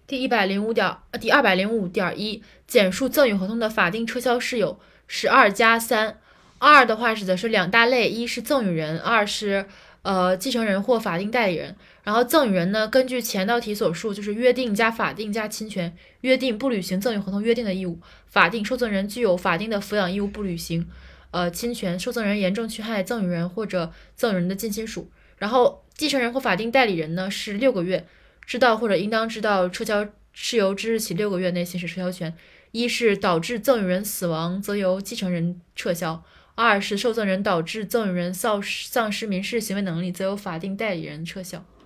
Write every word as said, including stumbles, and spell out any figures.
第一百零五点呃第二百零五点一，简述赠与合同的法定撤销事由是二加三。二的话指的是两大类，一是赠与人，二是呃继承人或法定代理人。然后赠与人呢，根据前道题所述，就是约定加法定加侵权，约定不履行赠与合同约定的义务，法定受赠人具有法定的抚养义务不履行，呃侵权，受赠人严重侵害赠与人或者赠与人的近亲属。然后继承人或法定代理人呢是六个月，知道或者应当知道撤销事由之日起六个月内行使撤销权。一是导致赠与人死亡，则由继承人撤销；二是受赠人导致赠与人丧丧失民事行为能力，则由法定代理人撤销。